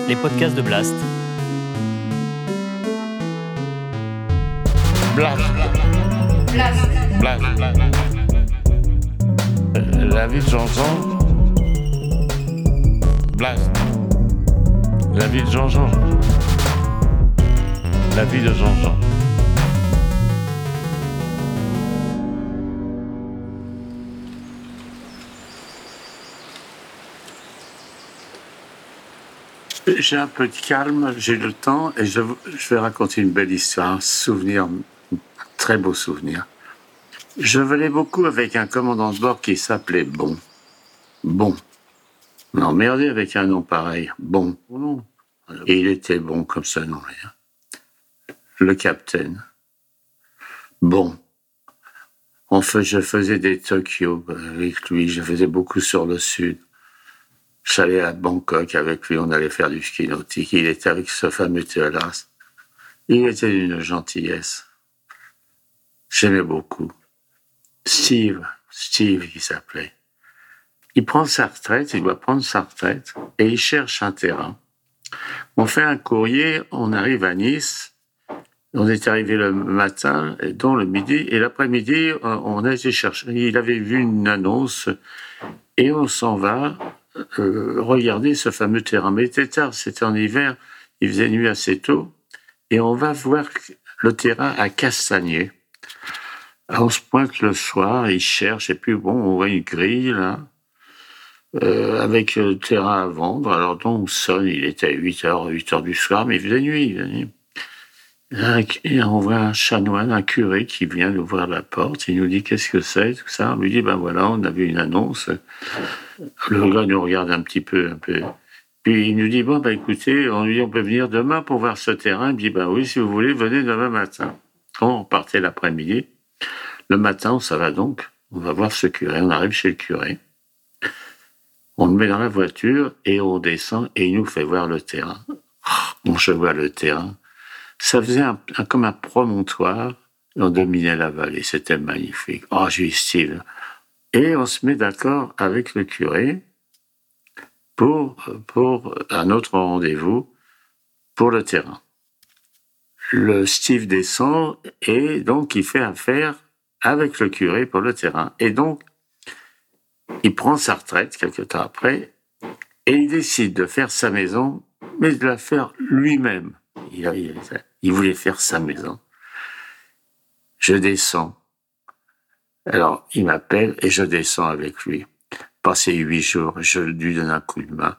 les podcasts de Blast. Blast. La vie de Jean-Jean. Blast. La vie de Jean-Jean. La vie de Jean-Jean. J'ai un peu de calme, j'ai le temps et je vais raconter une belle histoire, un souvenir, un très beau souvenir. Je volais beaucoup avec un commandant de bord qui s'appelait Bon. Bon. On a emmerdé avec un nom pareil. Bon. Et il était bon comme ça, non rien. Le capitaine. Bon. Je faisais des Tokyo avec lui, je faisais beaucoup sur le sud. J'allais à Bangkok avec lui, on allait faire du ski nautique. Il était avec ce fameux Théolas. Il était d'une gentillesse. J'aimais beaucoup. Steve il s'appelait. Il prend sa retraite, il doit prendre sa retraite, et il cherche un terrain. On fait un courrier, on arrive à Nice. On est arrivé le matin, dont le midi, et l'après-midi, on a été chercher. Il avait vu une annonce, et on s'en va regarder ce fameux terrain. Mais il était tard, c'était en hiver, il faisait nuit assez tôt, et on va voir le terrain à Castagnier. Alors on se pointe le soir, il cherche, et puis bon, on voit une grille, là, avec le terrain à vendre. Alors donc on sonne, il était à 8 heures du soir, mais il faisait nuit. Et on voit un chanoine, un curé qui vient nous ouvrir la porte, il nous dit qu'est-ce que c'est, tout ça. On lui dit, ben voilà, on a vu une annonce. Le gars nous regarde un peu. Puis il nous dit, bon, ben écoutez, on lui dit, on peut venir demain pour voir ce terrain. Il me dit, ben oui, si vous voulez, venez demain matin. On partait l'après-midi. Le matin, ça va donc, on va voir ce curé. On arrive chez le curé. On le met dans la voiture et on descend et il nous fait voir le terrain. Je vois le terrain. Ça faisait comme un promontoire et on dominait la vallée. C'était magnifique. Oh, j'ai eu Steve. Et on se met d'accord avec le curé pour un autre rendez-vous pour le terrain. Le Steve descend et donc il fait affaire avec le curé pour le terrain. Et donc, il prend sa retraite quelque temps après et il décide de faire sa maison, mais de la faire lui-même. Il voulait faire sa maison. Je descends. Alors, il m'appelle et je descends avec lui. Passé 8 jours, je lui donne un coup de main.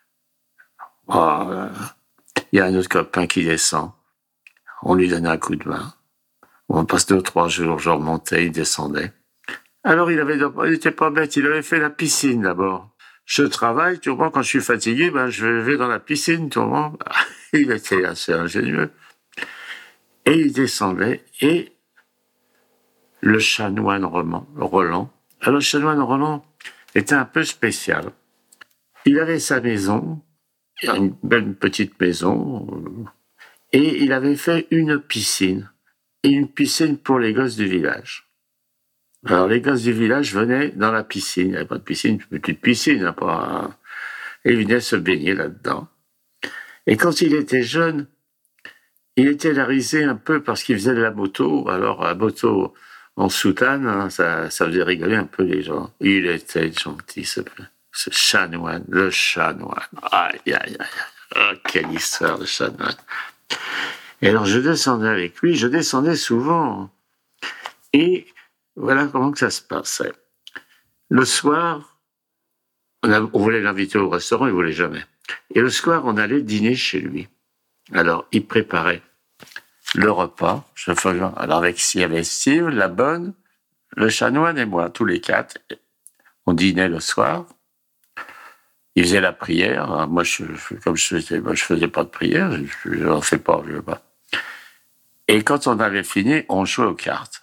Il y a un autre copain qui descend. On lui donne un coup de main. On passe 2 ou 3 jours, je remontais, il descendait. Alors, il était pas bête, il avait fait la piscine d'abord. Je travaille, tu vois, quand je suis fatigué, je vais dans la piscine, tu vois. Il était assez ingénieux. Et il descendait, et le chanoine Roland. Alors, le chanoine Roland était un peu spécial. Il avait sa maison, une belle petite maison, et il avait fait une piscine pour les gosses du village. Alors, les gosses du village venaient dans la piscine. Il n'y avait pas de piscine, une petite piscine, et ils venaient se baigner là-dedans. Et quand il était jeune, il était larisé un peu parce qu'il faisait de la moto. Alors, la moto en soutane, ça faisait rigoler un peu les gens. Il était gentil, ce chanoine, le chanoine. Aïe, aïe, aïe. Oh, quelle histoire, le chanoine. Et alors, je descendais avec lui, je descendais souvent. Et voilà comment que ça se passait. Le soir, on voulait l'inviter au restaurant, il voulait jamais. Et le soir, on allait dîner chez lui. Alors, il préparait le repas. Alors, il y avait Steve, la bonne, le chanoine et moi, tous les 4. On dînait le soir. Il faisait la prière. Alors, moi, je faisais pas de prière. Je n'en fais pas, je veux pas. Et quand on avait fini, on jouait aux cartes.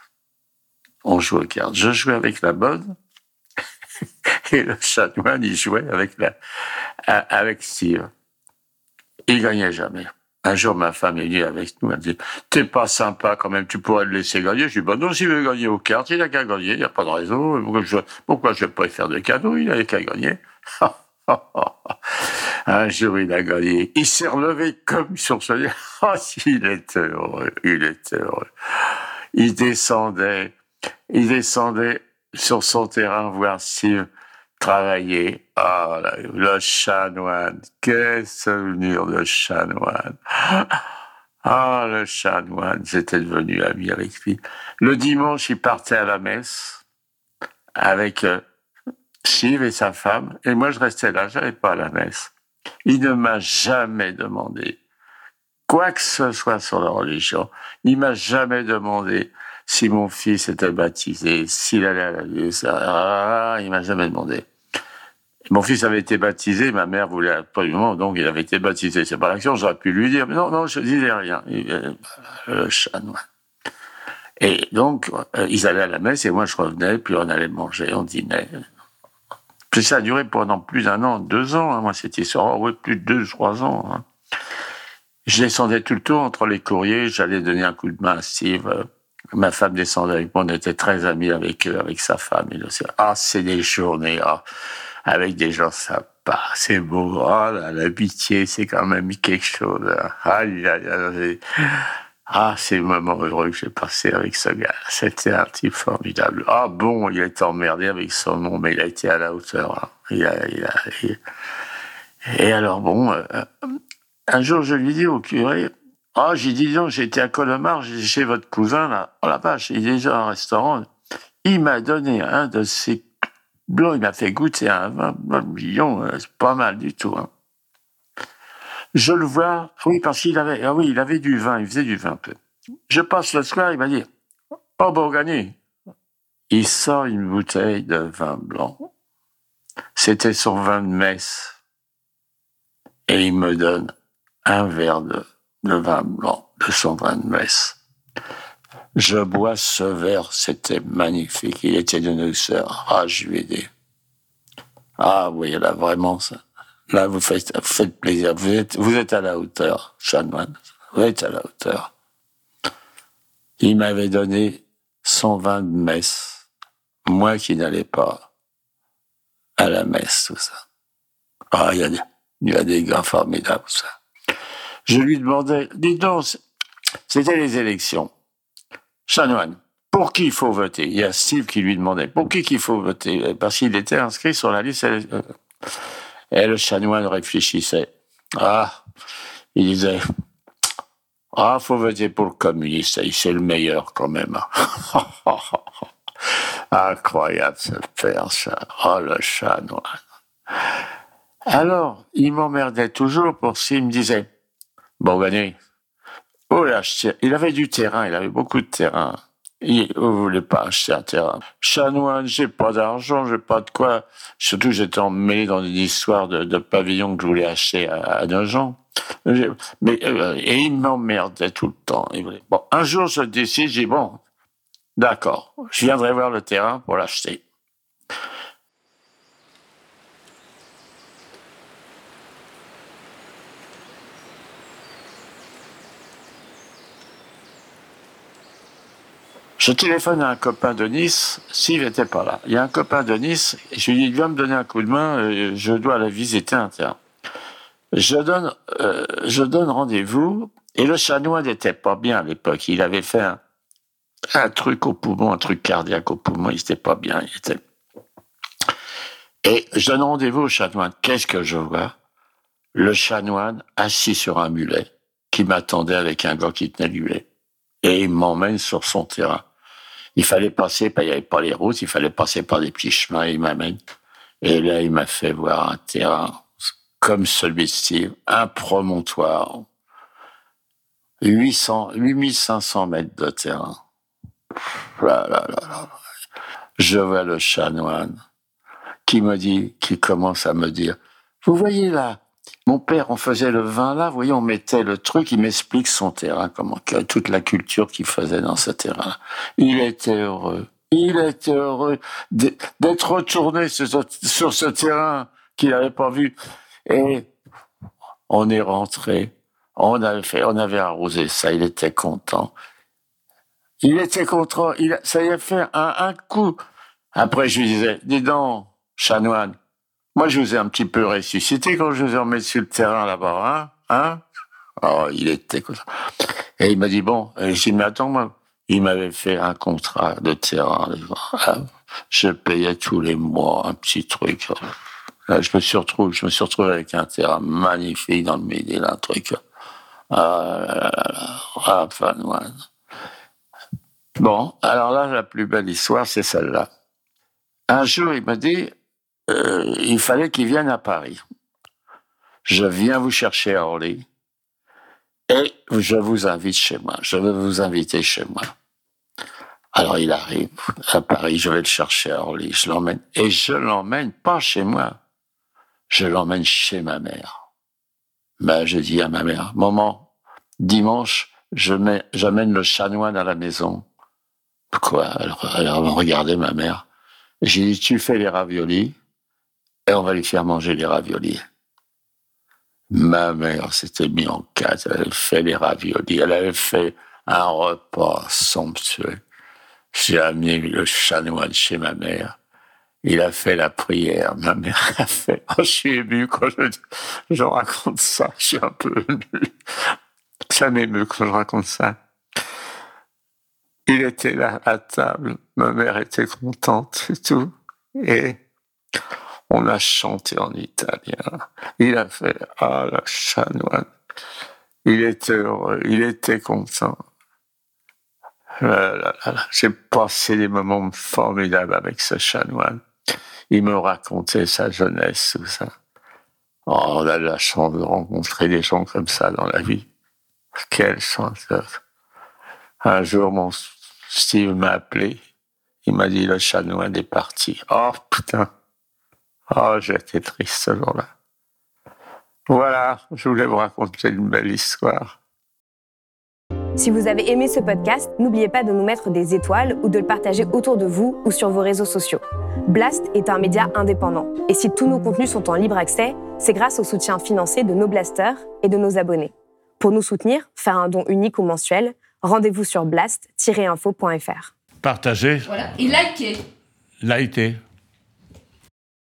Je jouais avec la bonne. Et le chanoine, il jouait avec Steve. Il gagnait jamais. Un jour, ma femme est venue avec nous, elle me dit, t'es pas sympa quand même, tu pourrais le laisser gagner. Je dis, non, s'il veut gagner aux cartes, il a qu'à gagner, il n'y a pas de raison. Pourquoi je vais pas faire de cadeau, il a qu'à gagner. Un jour, il a gagné. Il s'est relevé comme sur ce lit. Oh, il était heureux, il était heureux. Il descendait, il descendait sur son terrain voir Steve travailler. Ah, le chanoine, quel souvenir de chanoine. Ah, le chanoine, j'étais devenu ami avec lui. Le dimanche, il partait à la messe avec Steve et sa femme, et moi je restais là, j'allais pas à la messe. Il ne m'a jamais demandé quoi que ce soit sur la religion. Il m'a jamais demandé si mon fils était baptisé, s'il allait à la l'église. Il m'a jamais demandé. Mon fils avait été baptisé, ma mère voulait absolument, donc il avait été baptisé. C'est pas l'action, j'aurais pu lui dire, mais non, je disais rien. Le chanoine. Et donc, ils allaient à la messe et moi je revenais, puis on allait manger, on dînait. Puis ça a duré pendant plus d'un an, 2 ans, hein, moi, cette histoire. Oh, oui, plus de 2-3 ans. Hein. Je descendais tout le temps entre les courriers, j'allais donner un coup de main à Steve. Ma femme descendait avec moi, on était très amis avec eux, avec sa femme. Et c'est des journées, avec des gens sympas, c'est beau. L'amitié, c'est quand même quelque chose. Ces moments heureux que j'ai passés avec ce gars. C'était un type formidable. Bon, il a été emmerdé avec son nom, mais il a été à la hauteur. Hein. Et alors, bon, un jour, je lui dis au curé, j'ai dit, non, j'ai été à Colomar, j'ai chez votre cousin, là. Oh la vache, il est déjà à un restaurant. Il m'a donné un de ses blancs, il m'a fait goûter un vin million, c'est pas mal du tout, hein. Je le vois, oui, parce qu'il avait, il avait du vin, il faisait du vin un peu. Je passe le soir, il m'a dit, Bourgogne. Il sort une bouteille de vin blanc. C'était son vin de messe. Et il me donne un verre de vin blanc, de son vin de messe. Je bois ce verre, c'était magnifique. Il était d'une douceur. Je lui ai dit. Oui, là, vraiment, ça. Là, vous faites plaisir. Vous êtes à la hauteur, chanoine. Vous êtes à la hauteur. Il m'avait donné son vin de messe. Moi qui n'allais pas à la messe, tout ça. Il y a des gars formidables, ça. Je lui demandais, dis donc, c'était les élections. Chanoine, pour qui il faut voter? Il y a Steve qui lui demandait, pour qui qu'il faut voter? Parce qu'il était inscrit sur la liste. Et le chanoine réfléchissait. Il disait, faut voter pour le communiste, c'est le meilleur quand même. Incroyable ce père, ça. Le chanoine. Alors, il m'emmerdait toujours pour s'il me disait, Bourgogne, il avait du terrain, il avait beaucoup de terrain. Il ne voulait pas acheter un terrain. Chanoine, j'ai pas d'argent, j'ai pas de quoi. Surtout, j'étais emmêlé dans une histoire de pavillon que je voulais acheter à Nogent. Et il m'emmerdait tout le temps. Bon, un jour, je décide, j'ai dit, bon, d'accord, je viendrai voir le terrain pour l'acheter. Je téléphone à un copain de Nice, Steve n'était pas là. Il y a un copain de Nice, je lui dis, viens me donner un coup de main, je dois aller visiter un terrain. Je donne rendez-vous, et le chanoine n'était pas bien à l'époque. Il avait fait un truc au poumon, un truc cardiaque au poumon, il n'était pas bien. Et je donne rendez-vous au chanoine. Qu'est-ce que je vois? Le chanoine assis sur un mulet, qui m'attendait avec un gars qui tenait le mulet. Et il m'emmène sur son terrain. Il fallait passer, il n'y avait pas les routes, il fallait passer par des petits chemins, il m'amène. Et là, il m'a fait voir un terrain comme celui de Steve, un promontoire, 8500 mètres de terrain. Là. Je vois le chanoine qui commence à me dire, vous voyez là, mon père, on faisait le vin là, vous voyez, on mettait le truc, il m'explique son terrain, toute la culture qu'il faisait dans ce terrain. Il était heureux d'être retourné sur ce terrain qu'il n'avait pas vu. Et on est rentré, on avait arrosé ça, il était content. Ça y a fait un coup. Après, je lui disais, dis donc, chanoine, Moi, je vous ai un petit peu ressuscité quand je vous ai remis sur le terrain là-bas, hein? Oh, il était comme ça. Et il m'a dit, bon, et j'ai dit, mais attends, moi, il m'avait fait un contrat de terrain. Je payais tous les mois un petit truc. Là, je me suis retrouvé avec un terrain magnifique dans le Midi, là, un truc. Ah là là là là. Ah, enfin, ouais. Bon, alors là, la plus belle histoire, c'est celle-là. Un jour, il m'a dit, il fallait qu'il vienne à Paris. Je viens vous chercher à Orly et je vous invite chez moi. Je veux vous inviter chez moi. Alors il arrive à Paris, je vais le chercher à Orly, je l'emmène. Et je l'emmène pas chez moi, je l'emmène chez ma mère. Ben, je dis à ma mère, maman, dimanche, j'amène le chanoine à la maison. Quoi? Alors elle va regarder ma mère. J'ai dit, tu fais les raviolis et on va lui faire manger les raviolis. Ma mère s'était mise en quatre, elle avait fait les raviolis, elle avait fait un repas somptueux. J'ai amené le chanoine chez ma mère. Il a fait la prière. Ma mère a fait. Oh, je suis ému quand je raconte ça. Je suis un peu ému. Ça m'émeut quand je raconte ça. Il était là à table. Ma mère était contente et tout. Et on a chanté en italien. Il a fait ah le chanoine. Il était heureux. Il était content. J'ai passé des moments formidables avec ce chanoine. Il me racontait sa jeunesse, tout ça. Oh, on a de la chance de rencontrer des gens comme ça dans la vie. Quelle chance. Un jour, mon Steve m'a appelé. Il m'a dit, le chanoine est parti. Oh, putain. Oh, j'étais triste ce jour-là. Voilà, je voulais vous raconter une belle histoire. Si vous avez aimé ce podcast, n'oubliez pas de nous mettre des étoiles ou de le partager autour de vous ou sur vos réseaux sociaux. Blast est un média indépendant. Et si tous nos contenus sont en libre accès, c'est grâce au soutien financier de nos blasters et de nos abonnés. Pour nous soutenir, faire un don unique ou mensuel, rendez-vous sur blast-info.fr. Partagez, Voilà. Et likez. likez.